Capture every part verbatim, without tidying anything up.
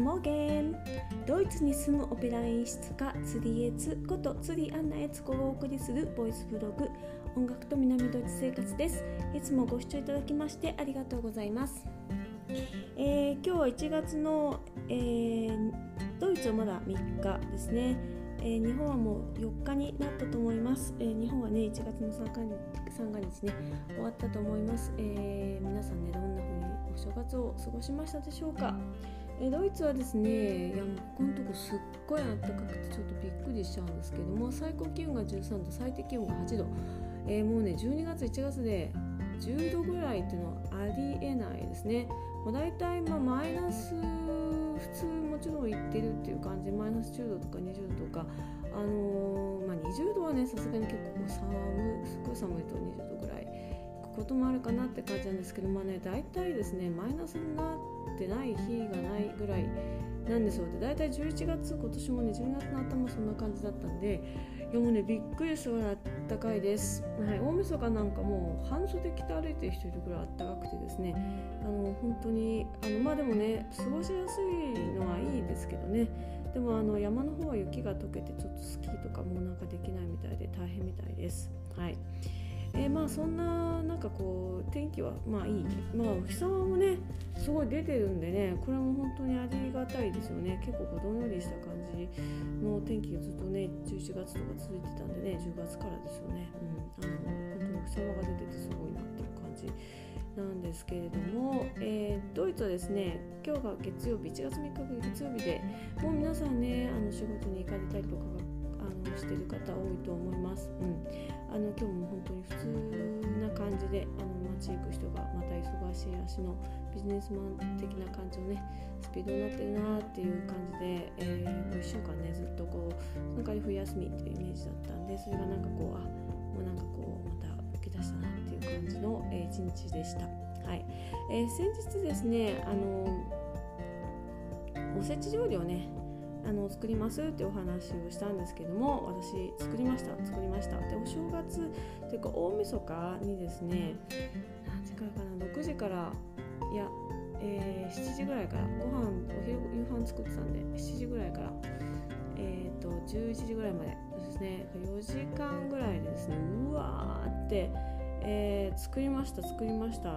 モーゲン。ドイツに住むオペラ演出家ツリエツことツリアンナエツコがお送りするボイスブログ、音楽と南ドイツ生活です。いつもご視聴いただきましてありがとうございます。えー、今日はいちがつの、えー、ドイツはまだみっかですね。えー、日本はもうよっかになったと思います。えー、日本はねいちがつのさんがつね終わったと思います。えー、皆さんねどんな風にお正月を過ごしましたでしょうか。えー、ドイツはですね、いやもうここのとこすっごい暖かくてちょっとびっくりしちゃうんですけども、最高気温がじゅうさんど、最低気温がはちど、えー、もうねじゅうにがついちがつでじゅうどぐらいっていうのはありえないですね。もうだいたいまあマイナス普通もちろんいってるっていう感じで、マイナスじゅうどとかにじゅうどとか、あのーまあ、にじゅうどはねさすがに結構寒い、すごい寒いとにじゅうどぐらい行くこともあるかなって感じなんですけど、まあねだいたいですねマイナスになってない日がないぐらいなんですよ。でだいたいじゅういちがつ、今年もねじゅうにがつの頭そんな感じだったんで、いやもうねびっくりするぐらい暖かいです。はい、大晦日なんかもう半袖着て歩いてる人いるぐらい暖かくてですね、あの本当にあのまあでもね過ごしやすいのはいいですけどね、でもあの山の方は雪が溶けてちょっとスキーとかもなんかできないみたいで大変みたいです。はい。えー、まあそんななんかこう天気はまあいい、まあお日様もねすごい出てるんでね、これも本当にありがたいですよね。結構どんよりした感じの天気がずっとねじゅういちがつとか続いてたんでね、じゅうがつからですよね。うん、あの本当にお日様が出ててすごいなっていう感じなんですけれども、えー、ドイツはですね、今日が月曜日、いちがつみっかが月曜日で、もう皆さんねあの仕事に行かれたりとかあのしてる方多いと思います。うん、あの今日も本当に普通な感じであの街行く人がまた忙しい足のビジネスマン的な感じのねスピードになってるなっていう感じで、えー、もういっしゅうかんねずっとこうその代わり冬休みっていうイメージだったんで、それがなんかこうあもうなんかこうまた起き出したなっていう感じの、えー、一日でした。はい。えー、先日ですね、あのおせち料理をねあの作りますってお話をしたんですけども、私作りました作りましたでお正月というか大晦日にですね、何時からかな、ろくじからいや、えー、しちじぐらいからご飯お昼夕飯作ってたんでしちじぐらいから、えー、とじゅういちじぐらいまでですね、よじかんぐらいでですねうわーって、えー、作りました作りました。はい。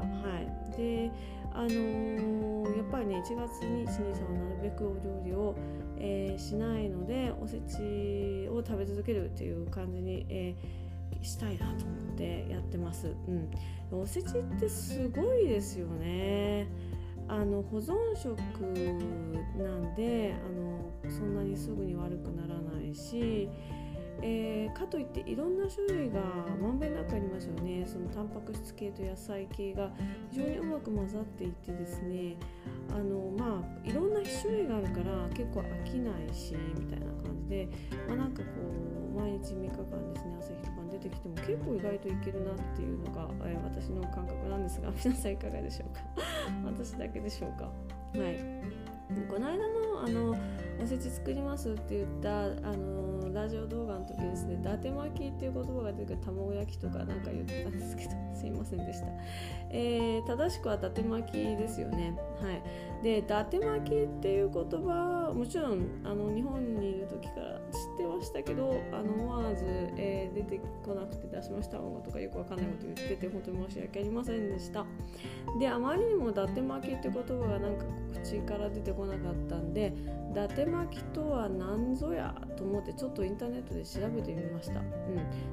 であのー、やっぱりねいちがつにいち、に、さんはなるべくお料理を、えー、しないのでおせちを食べ続けるっていう感じに、えー、したいなと思ってやってます。うん、おせちってすごいですよね。あの保存食なんであのそんなにすぐに悪くならないし、えー、かといっていろんな種類がまんべんなくありますよね。そのタンパク質系と野菜系が非常にうまく混ざっていてですね、あのまあいろんな種類があるから結構飽きないしみたいな感じで、まあ、なんかこう毎日みっかかんですね朝昼晩出てきても結構意外といけるなっていうのが、えー、私の感覚なんですが、皆さんいかがでしょうか私だけでしょうか。はい。この間のあのおせち作りますって言ったあのラジオ動画の時ですね、伊達巻きっていう言葉が出てくる、卵焼きとかなんか言ってたんですけどすいませんでした。えー、正しくは伊達巻きですよね。はい。で伊達巻きっていう言葉もちろんあの日本にいる時から知ってましたけど、あの思わず、えー、出てこなくて出しましたとかよくわかんないこと言ってて本当に申し訳ありませんでした。であまりにも伊達巻きって言葉がなんか口から出てこなかったんで、伊達巻きとは何ぞやと思ってちょっとインターネットで調べてみました。うん、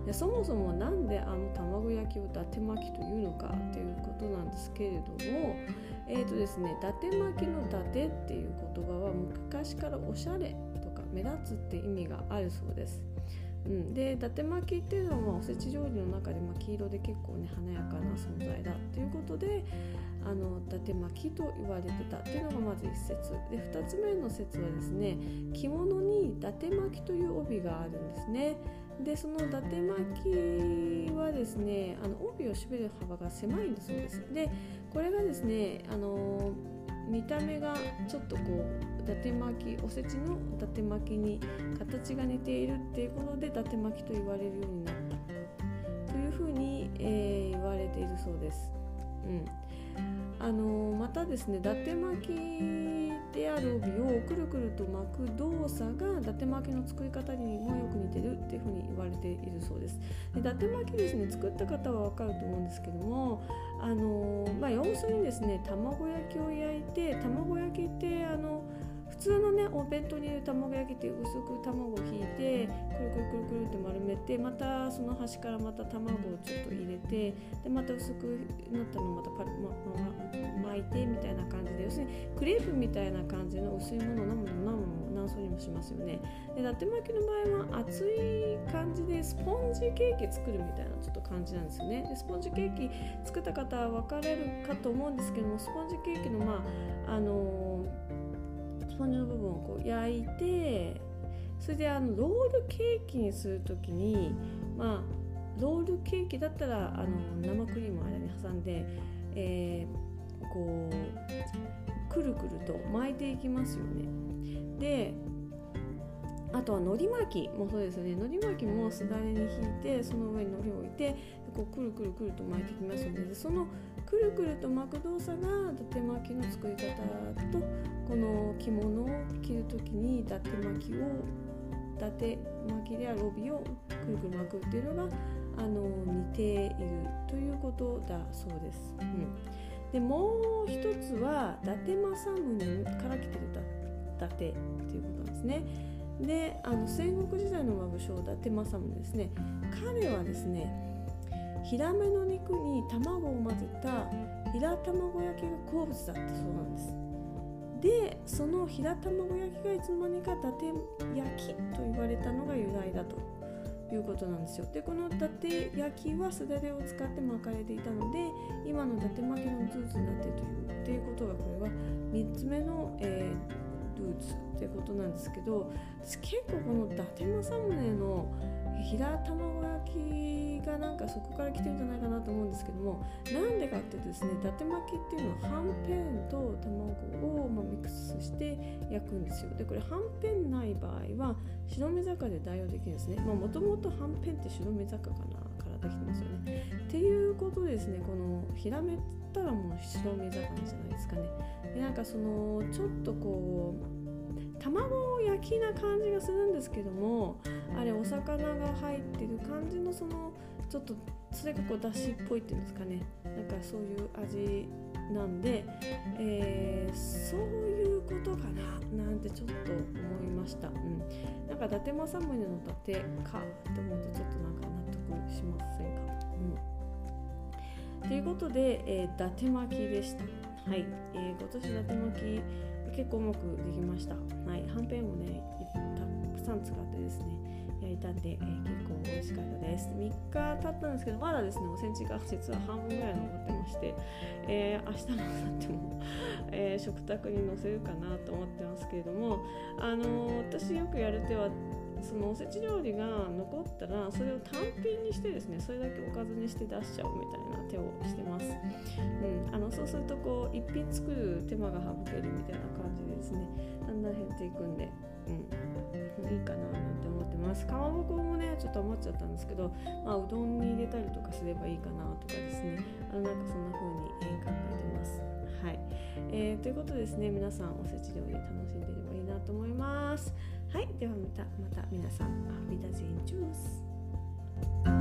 でそもそもなんであの卵焼きを伊達巻きというのかっていうことなんですけれども、えーとですね、伊達巻きの伊達っていう言葉は昔からおしゃれとか目立つって意味があるそうです。うん、で伊達巻きっていうのは、まあ、おせち料理の中で、まあ、黄色で結構ね華やかな存在だということであの伊達巻きと言われてたっていうのがまず一説で、二つ目の説はですね、着物に伊達巻きという帯があるんですね。でその伊達巻きはですね、あの帯を締める幅が狭いんだそうです。でこれがですね、あの見た目がちょっとこう伊達巻き、おせちの伊達巻きに形が似ているっていうことで伊達巻きと言われるようになったというふうに、えー、言われているそうです。うんあのまたですね、伊達巻きである帯をくるくると巻く動作が伊達巻きの作り方にもよく似てるっていうふうに言われているそうです。で伊達巻きですね、作った方は分かると思うんですけども、あの、まあ、要するにですね、卵焼きを焼いて、卵焼きってあの普通のねお弁当に入れる卵焼きって薄く卵をひいてくるくるくるくるって丸めて、またその端からまた卵をちょっと入れて、でまた薄くなったのをまたパリ、まま、巻いてみたいな感じで、要するにクレープみたいな感じの薄いものを何も何も何層にもしますよね。で伊達巻きの場合は厚い感じでスポンジケーキ作るみたいなちょっと感じなんですよね。でスポンジケーキ作った方は分かれるかと思うんですけども、スポンジケーキのまああのスポンジの部分をこう焼いて、それであのロールケーキにするときに、まあロールケーキだったらあの生クリームを間に挟んで、えー、こうくるくると巻いていきますよね。であとは海苔巻きもそうですよね。海苔巻きもすだれに引いて、その上に海苔を置いてこうくるくるくると巻いていきますので、でそのくるくると巻く動作が伊達巻きの作り方と、この着物を着るときに伊達巻きを伊達巻きである帯をくるくる巻くっていうのがあの似ているということだそうです。うん、でもう一つは伊達政宗から来てる伊達ということなんですね。であの戦国時代の武将伊達政宗ですね。彼はですね、ヒラメの肉に卵を混ぜた平卵焼きが好物だったそうなんです。でその平卵焼きがいつの間にか伊達焼きと言われたのが由来だということなんですよ。でこの伊達焼きはすだれを使って巻かれていたので、今の伊達巻きのルーツになっているというっていうことが、これはみっつめの、えー、ルーツっていうことなんですけど、私結構この伊達政宗の平卵焼きがなんかそこから来てるんじゃないかなと思うんですけども、なんでかっていうとですね、伊達巻きっていうのははんぺんと卵をまあミックスして焼くんですよ。でこれはんぺんない場合は白身魚で代用できるんですね。もともとはんぺんって白身魚からできてますよね。っていうことでですね、このヒラメったらもう白身魚じゃないですかね。でなんかそのちょっとこう卵焼きな感じがするんですけども、あれお魚が入ってる感じのそのちょっとそれがこうだしっぽいっていうんですかね、なんかそういう味なんで、えー、そういうことかななんてちょっと思いました。うん、なんか伊達政宗の伊達かって思うとちょっとなんか納得しませんか。うん、ということで、えー、伊達巻きでした。はい、えー、今年伊達巻き結構うまくできました。はい、はんぺんをねたくさん使ってですね焼いたんで、えー、結構美味しかったです。みっか経ったんですけど、まだですねおせちが実は半分ぐらい残ってまして、えー、明日も明後日も、えー、食卓に載せるかなと思ってますけれども、あのー、私よくやる手はそのおせち料理が残ったらそれを単品にしてですね、それだけおかずにして出しちゃおうみたいな手をしてます。うん、あのそうするとこう一品作る手間が省けるみたいな感じでですね、だんだん減っていくんで、うん、いいかななんて思ってます。かまぼこもねちょっと余っちゃったんですけど、まあ、うどんに入れたりとかすればいいかなとかですね、あのなんかそんな風に、えー、考えてます。はい、えー、ということでですね、皆さんおせち料理楽しんでいればいいなと思います。はい、ではまたまた皆さん、アフビダゼンチュース。